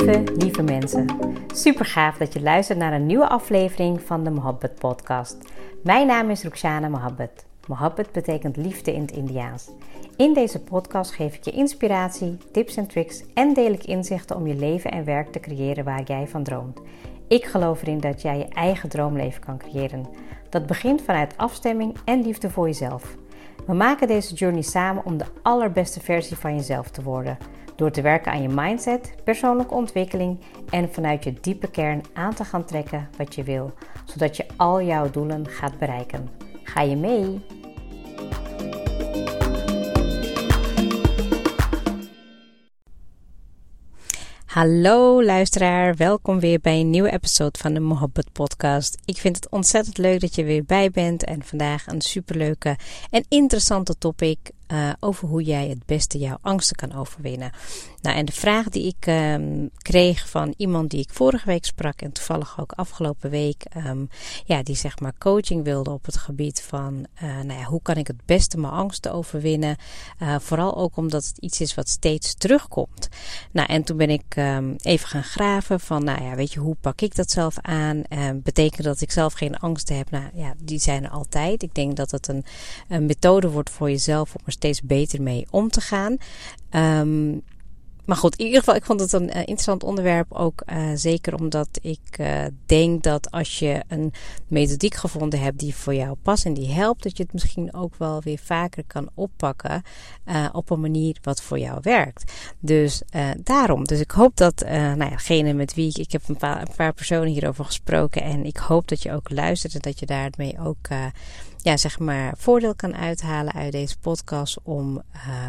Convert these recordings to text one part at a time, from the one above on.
Lieve mensen. Super gaaf dat je luistert naar een nieuwe aflevering van de Mohabbat podcast. Mijn naam is Rukhsana Mohabbat. Mohabbat betekent liefde in het Indiaans. In deze podcast geef ik je inspiratie, tips en tricks en deel ik inzichten om je leven en werk te creëren waar jij van droomt. Ik geloof erin dat jij je eigen droomleven kan creëren. Dat begint vanuit afstemming en liefde voor jezelf. We maken deze journey samen om de allerbeste versie van jezelf te worden. Door te werken aan je mindset, persoonlijke ontwikkeling en vanuit je diepe kern aan te gaan trekken wat je wil. Zodat je al jouw doelen gaat bereiken. Ga je mee? Hallo luisteraar, welkom weer bij een nieuwe episode van de Mohabbat podcast. Ik vind het ontzettend leuk dat je weer bij bent en vandaag een superleuke en interessante topic over hoe jij het beste jouw angsten kan overwinnen. Nou, en de vraag die ik kreeg van iemand die ik vorige week sprak en toevallig ook afgelopen week, die zeg maar coaching wilde op het gebied van hoe kan ik het beste mijn angsten overwinnen. Vooral ook omdat het iets is wat steeds terugkomt. Nou, en toen ben ik even gaan graven van, hoe pak ik dat zelf aan? Betekent dat ik zelf geen angsten heb? Nou ja, die zijn er altijd. Ik denk dat het een methode wordt voor jezelf om er steeds beter mee om te gaan. Maar goed, in ieder geval, ik vond het een interessant onderwerp. Ook zeker omdat ik denk dat als je een methodiek gevonden hebt die voor jou past en die helpt, dat je het misschien ook wel weer vaker kan oppakken op een manier wat voor jou werkt. Dus daarom. Dus ik hoop dat degene met wie ik heb een paar personen hierover gesproken en ik hoop dat je ook luistert en dat je daarmee ook voordeel kan uithalen uit deze podcast om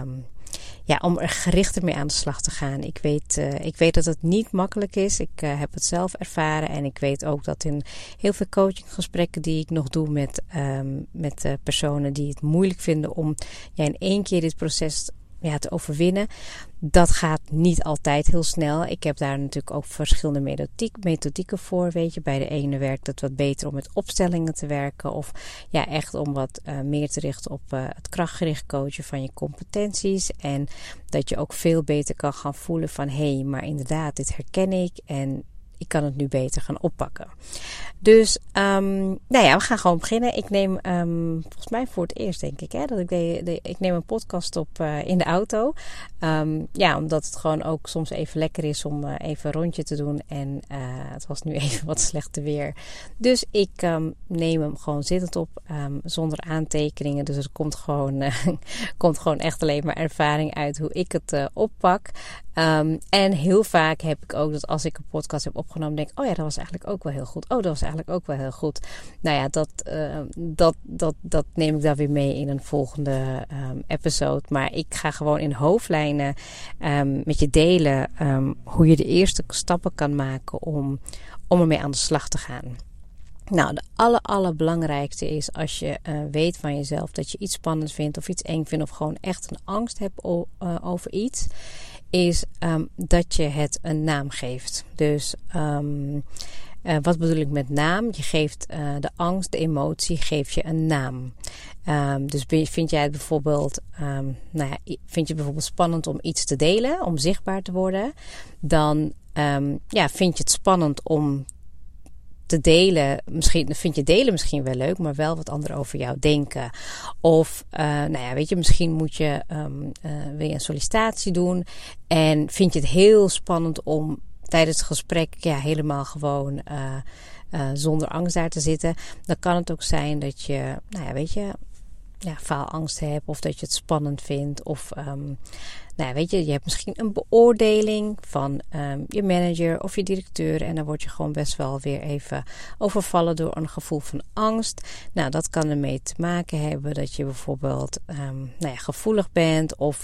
er gerichter mee aan de slag te gaan. Ik weet dat het niet makkelijk is. Ik heb het zelf ervaren. En ik weet ook dat in heel veel coachinggesprekken die ik nog doe met personen die het moeilijk vinden om in één keer dit proces te overwinnen. Dat gaat niet altijd heel snel. Ik heb daar natuurlijk ook verschillende methodieken voor. Weet je, bij de ene werkt het wat beter om met opstellingen te werken. Of echt om wat meer te richten op het krachtgericht coachen van je competenties. En dat je ook veel beter kan gaan voelen van maar inderdaad, dit herken ik en ik kan het nu beter gaan oppakken. Dus, we gaan gewoon beginnen. Ik neem, volgens mij voor het eerst denk ik, dat ik neem een podcast op in de auto. Omdat het gewoon ook soms even lekker is om even een rondje te doen. En het was nu even wat slechte weer. Dus ik neem hem gewoon zittend op, zonder aantekeningen. Dus er komt gewoon echt alleen maar ervaring uit hoe ik het oppak. En heel vaak heb ik ook dat als ik een podcast heb opgenomen, denk ik, dat was eigenlijk ook wel heel goed. Dat was eigenlijk ook wel heel goed. Nou ja, dat neem ik dan weer mee in een volgende episode. Maar ik ga gewoon in hoofdlijnen met je delen hoe je de eerste stappen kan maken om ermee aan de slag te gaan. Nou, de allerbelangrijkste is als je weet van jezelf dat je iets spannend vindt of iets eng vindt of gewoon echt een angst hebt over iets, is dat je het een naam geeft. Dus wat bedoel ik met naam? Je geeft de angst, de emotie, geef je een naam. Dus vind jij het bijvoorbeeld, spannend om iets te delen, om zichtbaar te worden, dan vind je het spannend om te delen. Vind je delen misschien wel leuk, maar wel wat anderen over jou denken. Of, misschien wil je een sollicitatie doen en vind je het heel spannend om tijdens het gesprek helemaal gewoon zonder angst daar te zitten. Dan kan het ook zijn dat je, faalangst hebt of dat je het spannend vindt. Of, je hebt misschien een beoordeling van je manager of je directeur. En dan word je gewoon best wel weer even overvallen door een gevoel van angst. Nou, dat kan ermee te maken hebben dat je bijvoorbeeld gevoelig bent of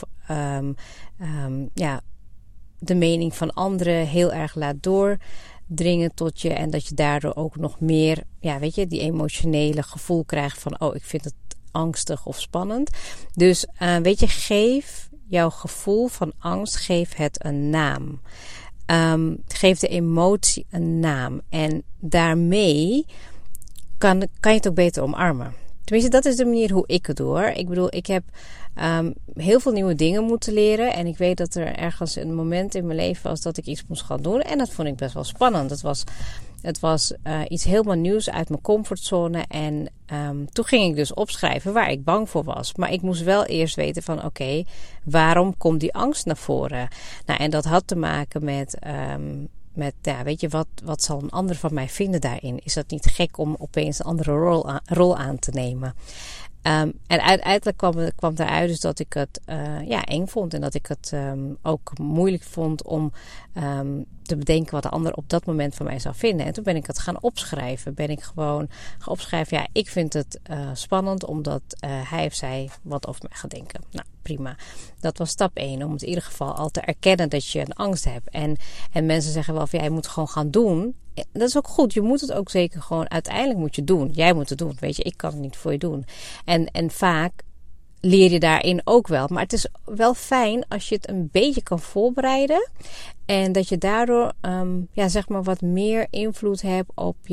de mening van anderen heel erg laat doordringen tot je. En dat je daardoor ook nog meer, die emotionele gevoel krijgt van, ik vind het angstig of spannend. Dus, geef jouw gevoel van angst, geef het een naam. Geef de emotie een naam. En daarmee kan je het ook beter omarmen. Tenminste, dat is de manier hoe ik het doe. Ik bedoel, ik heb heel veel nieuwe dingen moeten leren. En ik weet dat er ergens een moment in mijn leven was dat ik iets moest gaan doen. En dat vond ik best wel spannend. Het was iets helemaal nieuws uit mijn comfortzone. En toen ging ik dus opschrijven waar ik bang voor was. Maar ik moest wel eerst weten van oké, waarom komt die angst naar voren? Nou, en dat had te maken met weet je, wat zal een ander van mij vinden daarin? Is dat niet gek om opeens een andere rol aan te nemen? En uiteindelijk kwam eruit dus dat ik het eng vond. En dat ik het ook moeilijk vond om te bedenken wat de ander op dat moment van mij zou vinden. En toen ben ik het gaan opschrijven. Ben ik gewoon gaan opschrijven. Ja, ik vind het spannend omdat hij of zij wat over mij gaat denken. Nou, prima. Dat was stap 1. Om het in ieder geval al te erkennen dat je een angst hebt. En mensen zeggen wel van ja, je moet het gewoon gaan doen. Dat is ook goed. Je moet het ook zeker gewoon uiteindelijk moet je doen. Jij moet het doen. Weet je, ik kan het niet voor je doen. En vaak leer je daarin ook wel. Maar het is wel fijn als je het een beetje kan voorbereiden. En dat je daardoor zeg maar wat meer invloed hebt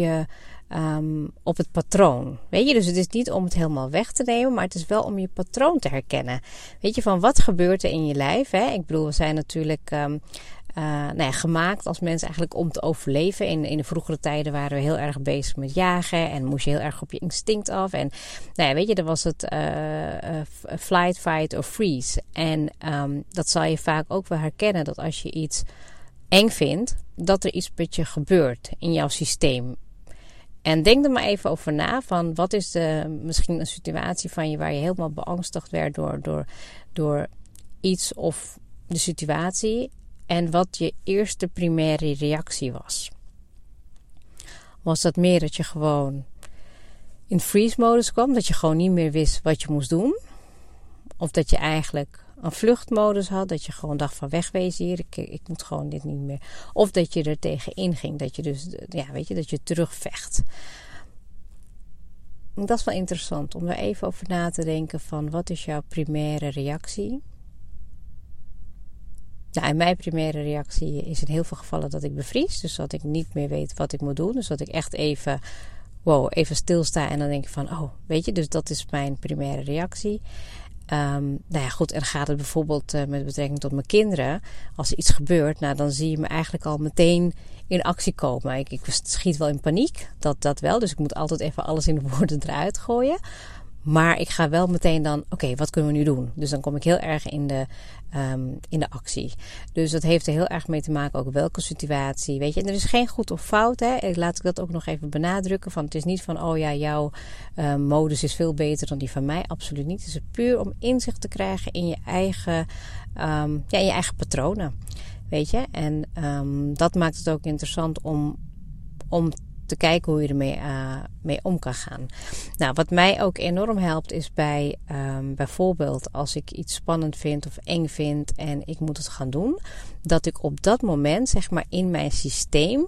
op het patroon. Weet je, dus het is niet om het helemaal weg te nemen, maar het is wel om je patroon te herkennen. Weet je, van wat gebeurt er in je lijf? Hè? Ik bedoel, we zijn natuurlijk gemaakt als mensen eigenlijk om te overleven. In de vroegere tijden waren we heel erg bezig met jagen en moest je heel erg op je instinct af. En weet je, dan was het flight, fight of freeze. En dat zal je vaak ook wel herkennen dat als je iets eng vindt, dat er iets met je gebeurt in jouw systeem. En denk er maar even over na van wat is misschien een situatie van je waar je helemaal beangstigd werd door iets of de situatie. En wat je eerste primaire reactie was. Was dat meer dat je gewoon in freeze-modus kwam? Dat je gewoon niet meer wist wat je moest doen? Of dat je eigenlijk een vluchtmodus had? Dat je gewoon dacht van wegwezen hier, ik moet gewoon dit niet meer. Of dat je er tegenin ging. Dat je dus, dat je terugvecht. En dat is wel interessant om daar even over na te denken van wat is jouw primaire reactie? Nou, en mijn primaire reactie is in heel veel gevallen dat ik bevries. Dus dat ik niet meer weet wat ik moet doen. Dus dat ik echt even stilsta en dan denk ik van, weet je, dus dat is mijn primaire reactie. Goed, en dan gaat het bijvoorbeeld met betrekking tot mijn kinderen. Als er iets gebeurt, dan zie je me eigenlijk al meteen in actie komen. Ik schiet wel in paniek, dat wel. Dus ik moet altijd even alles in de woorden eruit gooien. Maar ik ga wel meteen dan, oké, wat kunnen we nu doen? Dus dan kom ik heel erg in de actie. Dus dat heeft er heel erg mee te maken, ook welke situatie. Weet je, en er is geen goed of fout. Hè? Laat ik dat ook nog even benadrukken. Van, het is niet van, jouw modus is veel beter dan die van mij. Absoluut niet. Het is puur om inzicht te krijgen in je eigen, in je eigen patronen. Weet je, en dat maakt het ook interessant om te kijken hoe je ermee mee om kan gaan. Nou, wat mij ook enorm helpt is bij bijvoorbeeld als ik iets spannend vind of eng vind en ik moet het gaan doen, dat ik op dat moment zeg maar in mijn systeem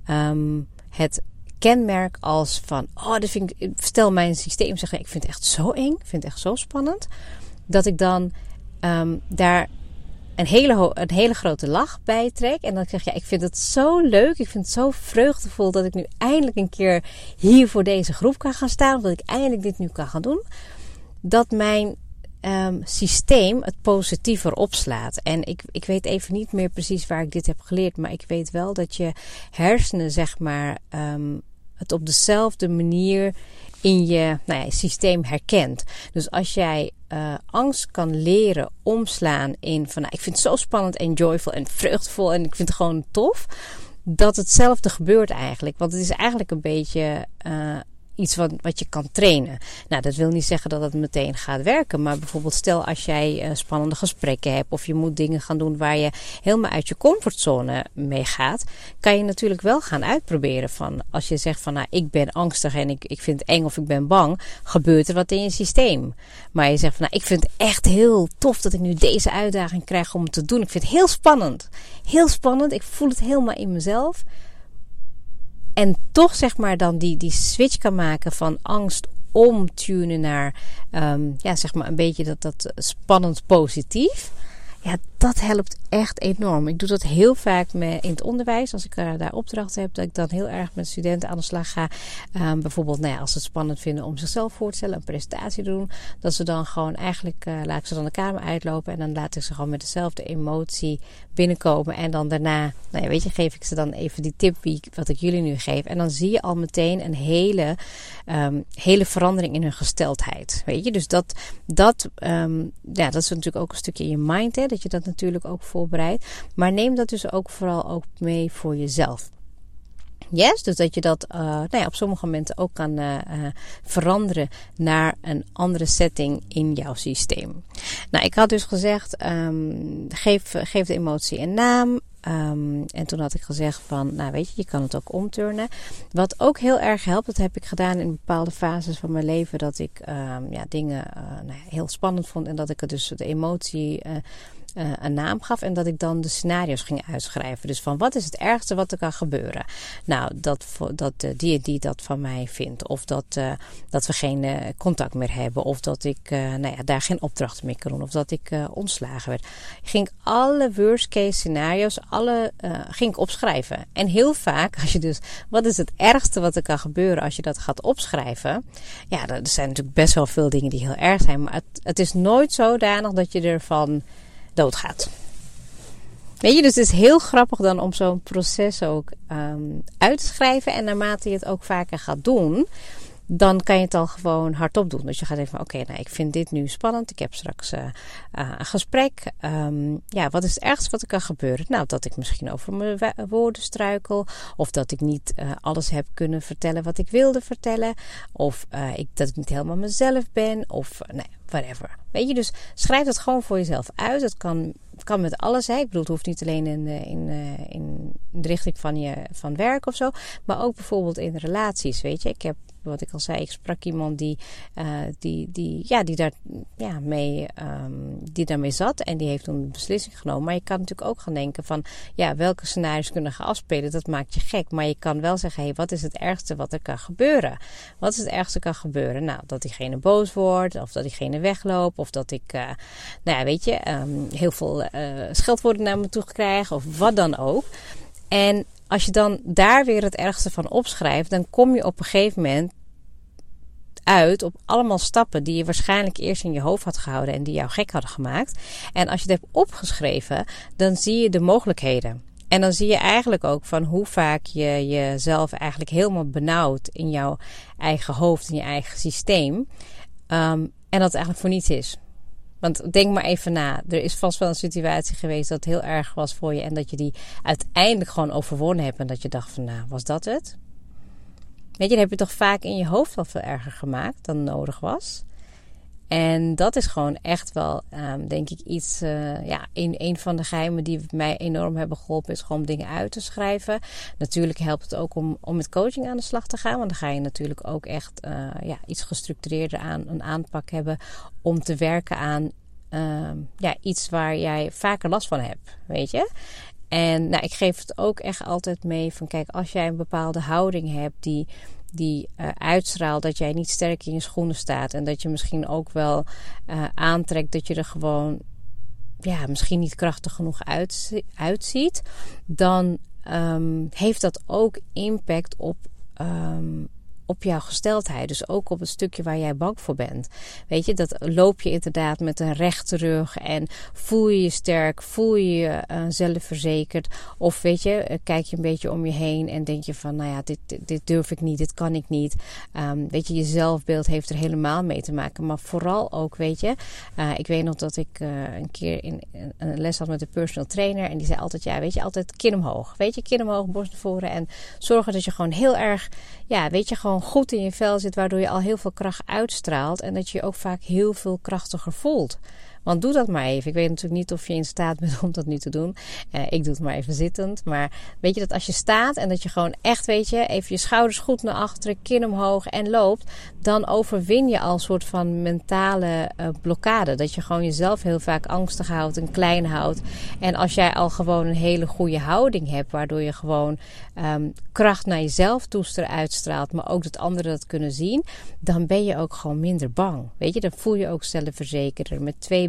het kenmerk als van, dat vind ik, stel mijn systeem zegt, ik vind het echt zo eng, ik vind het echt zo spannend, dat ik dan daar een hele grote lach bij trek. En dan zeg ik, ik vind het zo leuk. Ik vind het zo vreugdevol dat ik nu eindelijk een keer hier voor deze groep kan gaan staan. Of dat ik eindelijk dit nu kan gaan doen. Dat mijn systeem het positiever opslaat. En ik weet even niet meer precies waar ik dit heb geleerd. Maar ik weet wel dat je hersenen zeg maar het op dezelfde manier in je systeem herkent. Dus als jij angst kan leren omslaan in van, ik vind het zo spannend en joyful en vreugdevol en ik vind het gewoon tof, dat hetzelfde gebeurt eigenlijk. Want het is eigenlijk een beetje iets wat je kan trainen. Nou, dat wil niet zeggen dat het meteen gaat werken. Maar bijvoorbeeld stel als jij spannende gesprekken hebt. Of je moet dingen gaan doen waar je helemaal uit je comfortzone mee gaat. Kan je natuurlijk wel gaan uitproberen. Van als je zegt van ik ben angstig en ik vind het eng of ik ben bang. Gebeurt er wat in je systeem. Maar je zegt van ik vind het echt heel tof dat ik nu deze uitdaging krijg om het te doen. Ik vind het heel spannend. Heel spannend. Ik voel het helemaal in mezelf. En toch zeg maar dan die switch kan maken van angst omtunen naar zeg maar een beetje dat spannend positief. Ja, dat helpt echt enorm. Ik doe dat heel vaak in het onderwijs. Als ik daar opdrachten heb, dat ik dan heel erg met studenten aan de slag ga. Bijvoorbeeld, als ze het spannend vinden om zichzelf voor te stellen, een presentatie te doen. Dat ze dan gewoon eigenlijk, laat ik ze dan de kamer uitlopen. En dan laat ik ze gewoon met dezelfde emotie binnenkomen. En dan daarna, geef ik ze dan even die tip wat ik jullie nu geef. En dan zie je al meteen een hele verandering in hun gesteldheid. Weet je, dus dat is natuurlijk ook een stukje in je mind, hè, dat je dat natuurlijk ook voorbereidt. Maar neem dat dus ook vooral ook mee voor jezelf. Yes, dus dat je dat op sommige momenten ook kan veranderen naar een andere setting in jouw systeem. Nou, ik had dus gezegd, geef de emotie een naam. En toen had ik gezegd van, je kan het ook omturnen. Wat ook heel erg helpt, dat heb ik gedaan in bepaalde fases van mijn leven, dat ik dingen heel spannend vond en dat ik het dus de emotie een naam gaf en dat ik dan de scenario's ging uitschrijven. Dus van wat is het ergste wat er kan gebeuren? Nou, dat die en die dat van mij vindt. Of dat we geen contact meer hebben. Of dat ik daar geen opdrachten meer kan doen. Of dat ik ontslagen werd. Ging alle worst case scenario's, ging ik opschrijven. En heel vaak, als je dus, wat is het ergste wat er kan gebeuren als je dat gaat opschrijven? Ja, er zijn natuurlijk best wel veel dingen die heel erg zijn. Maar het is nooit zodanig dat je ervan doodgaat. Weet je, dus het is heel grappig dan om zo'n proces ook uit te schrijven. En naarmate je het ook vaker gaat doen, dan kan je het al gewoon hardop doen. Dus je gaat even van, ik vind dit nu spannend. Ik heb straks een gesprek. Wat is het ergste wat er kan gebeuren? Nou, dat ik misschien over mijn woorden struikel. Of dat ik niet alles heb kunnen vertellen wat ik wilde vertellen. Of dat ik niet helemaal mezelf ben. Of whatever. Weet je, dus schrijf dat gewoon voor jezelf uit. Het kan met alles. Hè. Ik bedoel, het hoeft niet alleen in de richting van werk of zo. Maar ook bijvoorbeeld in relaties. Weet je, ik heb, wat ik al zei, ik sprak iemand die daarmee zat. En die heeft toen een beslissing genomen. Maar je kan natuurlijk ook gaan denken van, welke scenario's kunnen gaan afspelen. Dat maakt je gek. Maar je kan wel zeggen, wat is het ergste wat er kan gebeuren? Wat is het ergste kan gebeuren? Nou, dat diegene boos wordt. Of dat diegene wegloopt. Of dat ik, heel veel scheldwoorden naar me toe krijg. Of wat dan ook. En als je dan daar weer het ergste van opschrijft, dan kom je op een gegeven moment uit op allemaal stappen die je waarschijnlijk eerst in je hoofd had gehouden en die jou gek hadden gemaakt. En als je het hebt opgeschreven, dan zie je de mogelijkheden. En dan zie je eigenlijk ook van hoe vaak je jezelf eigenlijk helemaal benauwt in jouw eigen hoofd, in je eigen systeem. En dat het eigenlijk voor niets is. Want denk maar even na. Er is vast wel een situatie geweest dat heel erg was voor je. En dat je die uiteindelijk gewoon overwonnen hebt. En dat je dacht van, was dat het? Weet je, dan heb je toch vaak in je hoofd wel veel erger gemaakt dan nodig was. En dat is gewoon echt wel, denk ik, iets, een van de geheimen die mij enorm hebben geholpen, is gewoon dingen uit te schrijven. Natuurlijk helpt het ook om met coaching aan de slag te gaan, want dan ga je natuurlijk ook echt iets gestructureerder aan een aanpak hebben om te werken aan iets waar jij vaker last van hebt, weet je. En ik geef het ook echt altijd mee van, kijk, als jij een bepaalde houding hebt die uitstraalt dat jij niet sterk in je schoenen staat. En dat je misschien ook wel aantrekt dat je er gewoon misschien niet krachtig genoeg uitziet. Dan heeft dat ook impact op jouw gesteldheid. Dus ook op het stukje waar jij bang voor bent. Weet je, dat loop je inderdaad met een rechte rug en voel je je sterk, voel je je zelfverzekerd. Of weet je, kijk je een beetje om je heen en denk je van, dit durf ik niet, dit kan ik niet. Weet je, je zelfbeeld heeft er helemaal mee te maken. Maar vooral ook, weet je, ik weet nog dat ik een keer een les had met een personal trainer en die zei altijd, altijd kin omhoog. Weet je, kin omhoog, borst naar voren en zorgen dat je gewoon heel erg, gewoon goed in je vel zit, waardoor je al heel veel kracht uitstraalt en dat je je ook vaak heel veel krachtiger voelt. Want doe dat maar even. Ik weet natuurlijk niet of je in staat bent om dat nu te doen. Ik doe het maar even zittend. Maar weet je dat als je staat en dat je gewoon echt, even je schouders goed naar achteren, kin omhoog en loopt, dan overwin je al een soort van mentale blokkade. Dat je gewoon jezelf heel vaak angstig houdt en klein houdt. En als jij al gewoon een hele goede houding hebt, waardoor je gewoon kracht naar jezelf toe uitstraalt, maar ook dat anderen dat kunnen zien, dan ben je ook gewoon minder bang. Weet je, dan voel je ook zelfverzekerder met 2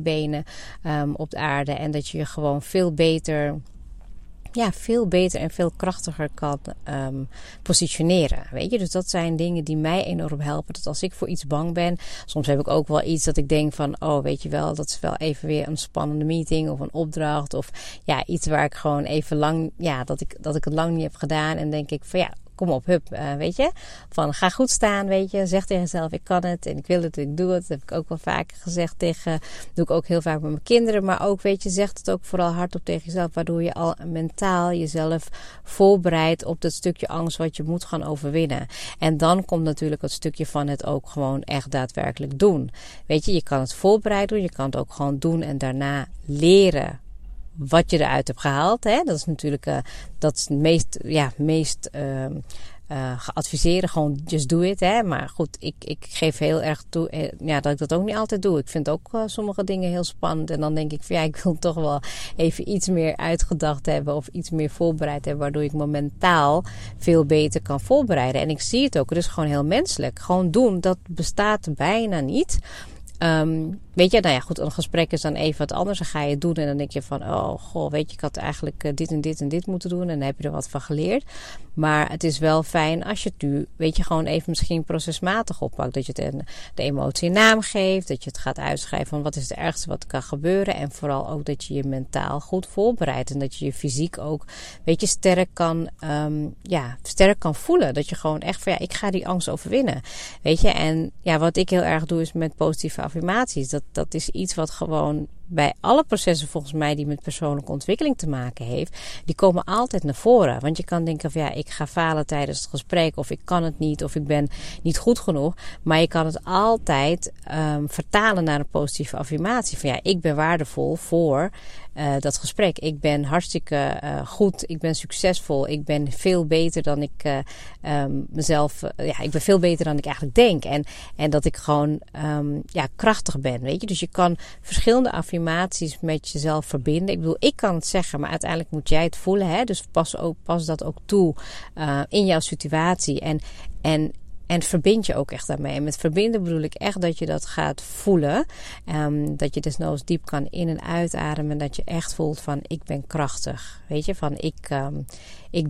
benen op de aarde. En dat je je gewoon veel beter en veel krachtiger kan positioneren. Weet je, dus dat zijn dingen die mij enorm helpen. Dat als ik voor iets bang ben, soms heb ik ook wel iets dat ik denk van, oh, weet je wel, dat is wel even weer een spannende meeting of een opdracht of ja, iets waar ik gewoon even lang, ja, dat ik het lang niet heb gedaan en denk ik van ja, kom op, hup, weet je. Van ga goed staan, weet je. Zeg tegen jezelf, ik kan het en ik wil het en ik doe het. Dat heb ik ook wel vaker gezegd doe ik ook heel vaak met mijn kinderen. Maar ook, weet je, zeg het ook vooral hardop tegen jezelf. Waardoor je al mentaal jezelf voorbereidt op dat stukje angst wat je moet gaan overwinnen. En dan komt natuurlijk het stukje van het ook gewoon echt daadwerkelijk doen. Weet je, je kan het voorbereid doen. Je kan het ook gewoon doen en daarna leren wat je eruit hebt gehaald. Hè? Dat is natuurlijk dat is het meest geadviseerd. Gewoon just do it. Hè? Maar goed, ik geef heel erg toe dat ik dat ook niet altijd doe. Ik vind ook sommige dingen heel spannend. En dan denk ik van ja, ik wil toch wel even iets meer uitgedacht hebben. Of iets meer voorbereid hebben. Waardoor ik me mentaal veel beter kan voorbereiden. En ik zie het ook. Het is gewoon heel menselijk. Gewoon doen, dat bestaat bijna niet. Weet je, nou ja, goed, een gesprek is dan even wat anders. Dan ga je het doen en dan denk je van, oh, goh, weet je, ik had eigenlijk dit en dit en dit moeten doen. En dan heb je er wat van geleerd. Maar het is wel fijn als je het nu, weet je, gewoon even misschien procesmatig oppakt. Dat je het de emotie een naam geeft. Dat je het gaat uitschrijven van wat is het ergste wat kan gebeuren. En vooral ook dat je je mentaal goed voorbereidt. En dat je je fysiek ook, weet je, sterk kan voelen. Dat je gewoon echt van, ja, ik ga die angst overwinnen. Weet je, en ja, wat ik heel erg doe is met positieve affirmaties. Dat is iets wat gewoon bij alle processen volgens mij die met persoonlijke ontwikkeling te maken heeft, die komen altijd naar voren. Want je kan denken van ja, ik ga falen tijdens het gesprek of ik kan het niet of ik ben niet goed genoeg. Maar je kan het altijd vertalen naar een positieve affirmatie. Van ja, ik ben waardevol voor dat gesprek. Ik ben hartstikke goed. Ik ben succesvol. Ik ben veel beter dan ik ik ben veel beter dan ik eigenlijk denk. En dat ik gewoon krachtig ben. Weet je? Dus je kan verschillende affirmaties met jezelf verbinden. Ik bedoel, ik kan het zeggen, maar uiteindelijk moet jij het voelen. Hè? Dus pas dat ook toe in jouw situatie. En verbind je ook echt daarmee. En met verbinden bedoel ik echt dat je dat gaat voelen. Dat je desnoods diep kan in- en uitademen. En dat je echt voelt van ik ben krachtig. Weet je, van ik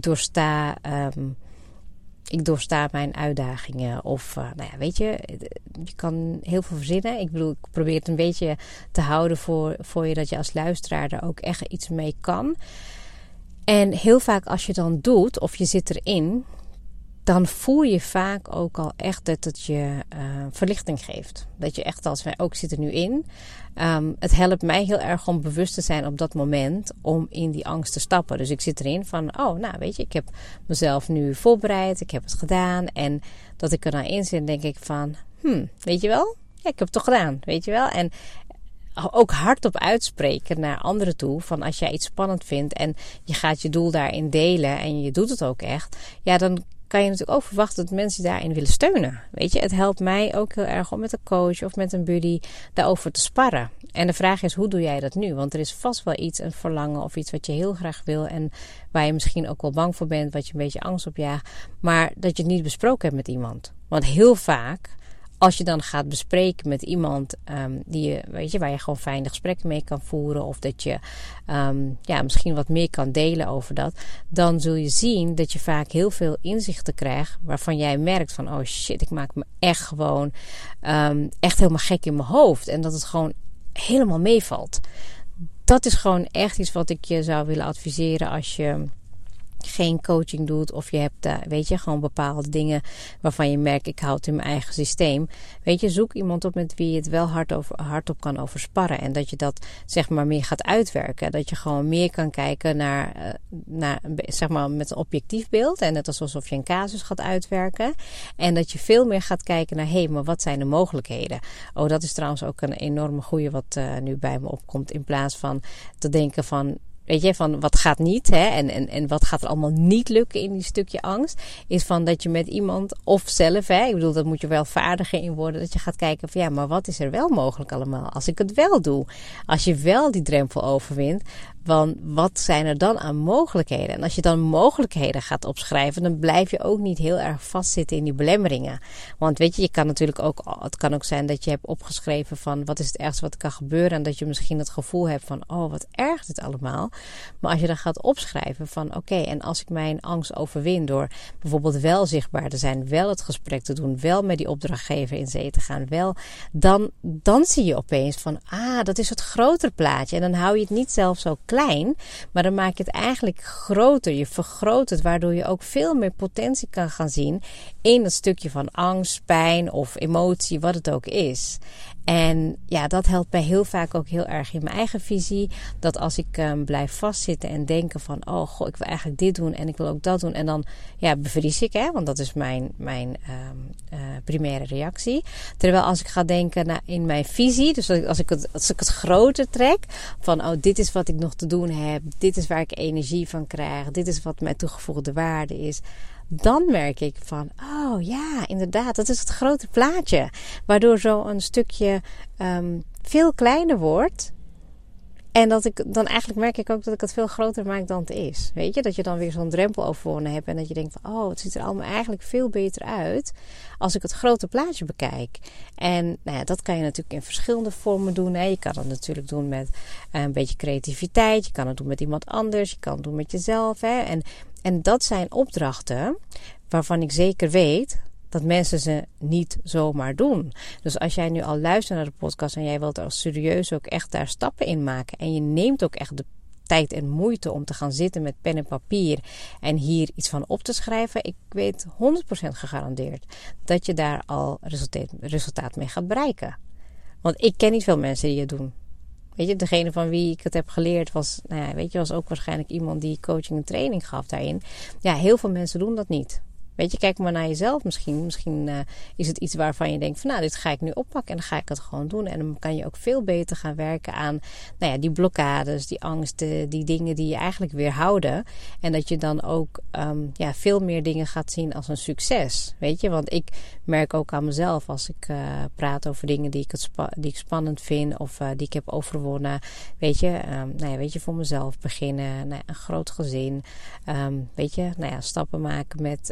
doorsta mijn uitdagingen. Of weet je kan heel veel verzinnen. Ik bedoel, ik probeer het een beetje te houden voor je dat je als luisteraar er ook echt iets mee kan. En heel vaak als je dan doet of je zit erin, dan voel je vaak ook al echt dat het je verlichting geeft. Dat je echt als wij ook zitten nu in. Het helpt mij heel erg om bewust te zijn op dat moment om in die angst te stappen. Dus ik zit erin van, oh, nou weet je, ik heb mezelf nu voorbereid. Ik heb het gedaan. En dat ik er dan in zit, denk ik van, weet je wel? Ja, ik heb het toch gedaan, weet je wel? En ook hardop uitspreken naar anderen toe. Van als jij iets spannend vindt en je gaat je doel daarin delen en je doet het ook echt. Ja, dan kan je natuurlijk ook verwachten dat mensen daarin willen steunen. Weet je, het helpt mij ook heel erg om met een coach of met een buddy daarover te sparren. En de vraag is, hoe doe jij dat nu? Want er is vast wel iets, een verlangen of iets wat je heel graag wil en waar je misschien ook wel bang voor bent, wat je een beetje angst opjaagt, maar dat je het niet besproken hebt met iemand. Want heel vaak, als je dan gaat bespreken met iemand waar je gewoon fijne gesprekken mee kan voeren, of dat je misschien wat meer kan delen over dat, dan zul je zien dat je vaak heel veel inzichten krijgt waarvan jij merkt van, oh shit, ik maak me echt gewoon echt helemaal gek in mijn hoofd. En dat het gewoon helemaal meevalt. Dat is gewoon echt iets wat ik je zou willen adviseren als je geen coaching doet of je hebt gewoon bepaalde dingen waarvan je merkt, ik hou het in mijn eigen systeem. Weet je, zoek iemand op met wie je het wel hardop kan over sparren en dat je dat zeg maar meer gaat uitwerken. Dat je gewoon meer kan kijken naar zeg maar met een objectief beeld en net alsof je een casus gaat uitwerken. En dat je veel meer gaat kijken naar, maar wat zijn de mogelijkheden? Oh, dat is trouwens ook een enorme goeie wat nu bij me opkomt, in plaats van te denken van, weet je, van wat gaat niet, hè? En wat gaat er allemaal niet lukken in die stukje angst, is van dat je met iemand of zelf, hè, ik bedoel, dat moet je wel vaardiger in worden, dat je gaat kijken van maar wat is er wel mogelijk allemaal als ik het wel doe? Als je wel die drempel overwint, Want wat zijn er dan aan mogelijkheden? En als je dan mogelijkheden gaat opschrijven, dan blijf je ook niet heel erg vastzitten in die belemmeringen. Want weet je, het kan ook zijn dat je hebt opgeschreven van wat is het ergste wat er kan gebeuren. En dat je misschien het gevoel hebt van, oh wat erg dit allemaal. Maar als je dan gaat opschrijven van oké, en als ik mijn angst overwin door bijvoorbeeld wel zichtbaar te zijn, wel het gesprek te doen, wel met die opdrachtgever in zee te gaan, dan zie je opeens van, dat is het grotere plaatje. En dan hou je het niet zelf zo klein, maar dan maak je het eigenlijk groter. Je vergroot het, waardoor je ook veel meer potentie kan gaan zien in het stukje van angst, pijn of emotie, wat het ook is. En ja, dat helpt mij heel vaak ook heel erg in mijn eigen visie. Dat als ik blijf vastzitten en denken van, oh goh, ik wil eigenlijk dit doen en ik wil ook dat doen. En dan bevries ik, want dat is mijn primaire reactie. Terwijl als ik ga denken in mijn visie, dus als ik het groter trek, van dit is wat ik nog te doen heb, dit is waar ik energie van krijg, dit is wat mijn toegevoegde waarde is. Dan merk ik van, oh ja, inderdaad, dat is het grote plaatje. Waardoor zo een stukje veel kleiner wordt. En dat ik dan eigenlijk merk ik ook dat ik het veel groter maak dan het is. Weet je, dat je dan weer zo'n drempel overwonnen hebt. En dat je denkt van, oh, het ziet er allemaal eigenlijk veel beter uit als ik het grote plaatje bekijk. En dat kan je natuurlijk in verschillende vormen doen. Hè. Je kan het natuurlijk doen met een beetje creativiteit. Je kan het doen met iemand anders. Je kan het doen met jezelf. Hè. En dat zijn opdrachten waarvan ik zeker weet dat mensen ze niet zomaar doen. Dus als jij nu al luistert naar de podcast en jij wilt er serieus ook echt daar stappen in maken en je neemt ook echt de tijd en moeite om te gaan zitten met pen en papier en hier iets van op te schrijven, ik weet 100% gegarandeerd dat je daar al resultaat mee gaat bereiken. Want ik ken niet veel mensen die het doen. Weet je, degene van wie ik het heb geleerd was ook waarschijnlijk iemand die coaching en training gaf daarin. Ja, heel veel mensen doen dat niet. Weet je, kijk maar naar jezelf misschien. Misschien is het iets waarvan je denkt van dit ga ik nu oppakken en dan ga ik het gewoon doen. En dan kan je ook veel beter gaan werken aan die blokkades, die angsten, die dingen die je eigenlijk weerhouden. En dat je dan ook veel meer dingen gaat zien als een succes. Weet je, want ik merk ook aan mezelf als ik praat over dingen die ik spannend vind of die ik heb overwonnen. Weet je, voor mezelf beginnen, een groot gezin. Stappen maken met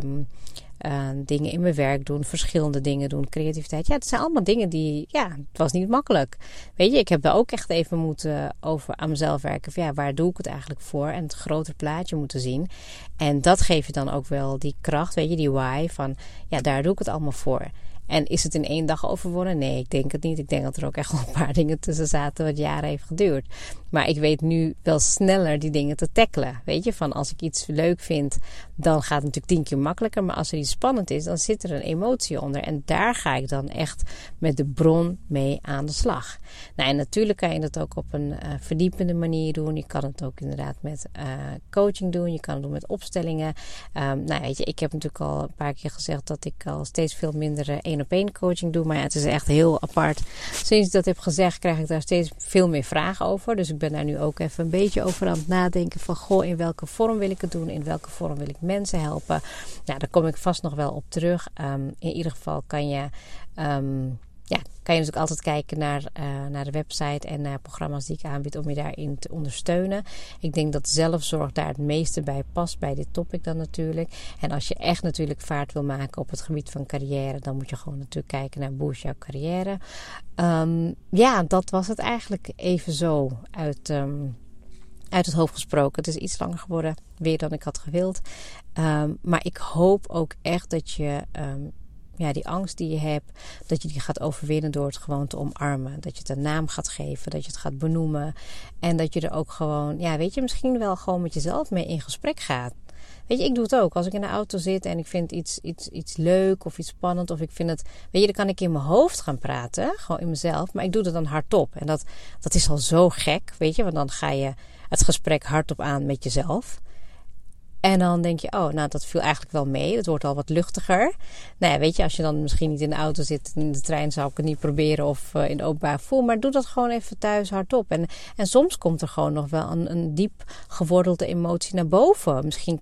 dingen in mijn werk doen, verschillende dingen doen, creativiteit. Ja, het zijn allemaal dingen die, het was niet makkelijk. Weet je, ik heb daar ook echt even moeten over aan mezelf werken. Van, waar doe ik het eigenlijk voor? En het grotere plaatje moeten zien. En dat geeft je dan ook wel die kracht, weet je, die why van, daar doe ik het allemaal voor. En is het in 1 dag overwonnen? Nee, ik denk het niet. Ik denk dat er ook echt wel een paar dingen tussen zaten wat jaren heeft geduurd. Maar ik weet nu wel sneller die dingen te tackelen. Weet je, van als ik iets leuk vind, dan gaat het natuurlijk 10 keer makkelijker. Maar als er iets spannend is, dan zit er een emotie onder. En daar ga ik dan echt met de bron mee aan de slag. En natuurlijk kan je dat ook op een verdiepende manier doen. Je kan het ook inderdaad met coaching doen. Je kan het doen met opstellingen. Ik heb natuurlijk al een paar keer gezegd dat ik al steeds veel minder 1-op-1 coaching doe. Maar het is echt heel apart. Sinds ik dat heb gezegd, krijg ik daar steeds veel meer vragen over. Dus ik ben daar nu ook even een beetje over aan het nadenken van, goh, in welke vorm wil ik het doen? In welke vorm wil ik mensen helpen? Daar kom ik vast nog wel op terug. In ieder geval kan je natuurlijk altijd kijken naar de website en naar programma's die ik aanbied om je daarin te ondersteunen. Ik denk dat zelfzorg daar het meeste bij past, bij dit topic dan natuurlijk. En als je echt natuurlijk vaart wil maken op het gebied van carrière, dan moet je gewoon natuurlijk kijken naar Boost Jouw Carrière. Dat was het eigenlijk even zo uit het hoofd gesproken. Het is iets langer geworden, weer dan ik had gewild. Maar ik hoop ook echt dat je die angst die je hebt, dat je die gaat overwinnen door het gewoon te omarmen. Dat je het een naam gaat geven, dat je het gaat benoemen. En dat je er ook gewoon, misschien wel gewoon met jezelf mee in gesprek gaat. Weet je, ik doe het ook. Als ik in de auto zit en ik vind iets leuk of iets spannend of ik vind het, dan kan ik in mijn hoofd gaan praten, gewoon in mezelf, maar ik doe het dan hardop. En dat is al zo gek, weet je, want dan ga je het gesprek hardop aan met jezelf. En dan denk je, dat viel eigenlijk wel mee. Het wordt al wat luchtiger. Weet je, als je dan misschien niet in de auto zit, in de trein zou ik het niet proberen of in de openbaar vervoer. Maar doe dat gewoon even thuis hardop. En soms komt er gewoon nog wel een diep gewortelde emotie naar boven. Misschien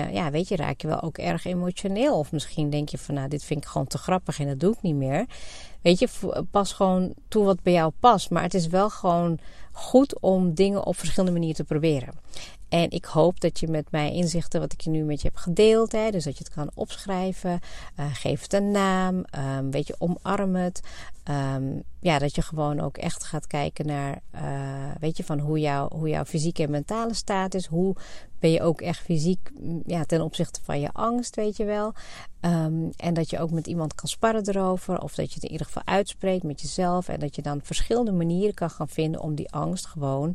raak je wel ook erg emotioneel. Of misschien denk je van, dit vind ik gewoon te grappig en dat doe ik niet meer. Weet je, pas gewoon toe wat bij jou past. Maar het is wel gewoon goed om dingen op verschillende manieren te proberen. En ik hoop dat je met mijn inzichten, wat ik je nu met je heb gedeeld, dus dat je het kan opschrijven, geef het een naam, weet je, omarm het. Dat je gewoon ook echt gaat kijken naar, weet je, van hoe jouw fysieke en mentale staat is. Hoe ben je ook echt fysiek ten opzichte van je angst, weet je wel. En dat je ook met iemand kan sparren erover. Of dat je het in ieder geval uitspreekt met jezelf. En dat je dan verschillende manieren kan gaan vinden om die angst gewoon,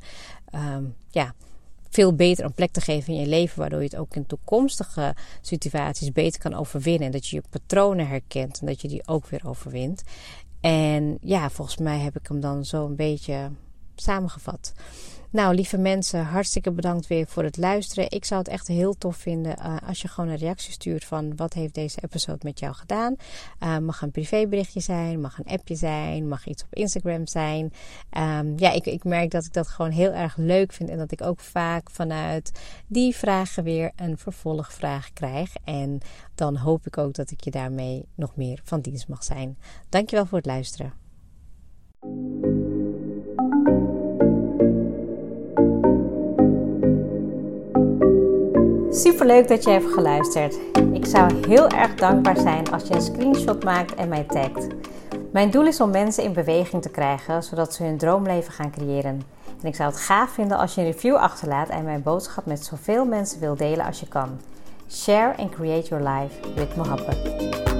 veel beter een plek te geven in je leven, waardoor je het ook in toekomstige situaties beter kan overwinnen. En dat je je patronen herkent en dat je die ook weer overwint. En ja, volgens mij heb ik hem dan zo een beetje samengevat. Nou, lieve mensen, hartstikke bedankt weer voor het luisteren. Ik zou het echt heel tof vinden als je gewoon een reactie stuurt van wat heeft deze episode met jou gedaan. Mag een privéberichtje zijn, mag een appje zijn, mag iets op Instagram zijn. Ik merk dat ik dat gewoon heel erg leuk vind en dat ik ook vaak vanuit die vragen weer een vervolgvraag krijg. En dan hoop ik ook dat ik je daarmee nog meer van dienst mag zijn. Dankjewel voor het luisteren. Superleuk dat je hebt geluisterd. Ik zou heel erg dankbaar zijn als je een screenshot maakt en mij tagt. Mijn doel is om mensen in beweging te krijgen, zodat ze hun droomleven gaan creëren. En ik zou het gaaf vinden als je een review achterlaat en mijn boodschap met zoveel mensen wilt delen als je kan. Share and create your life with Mohabbat.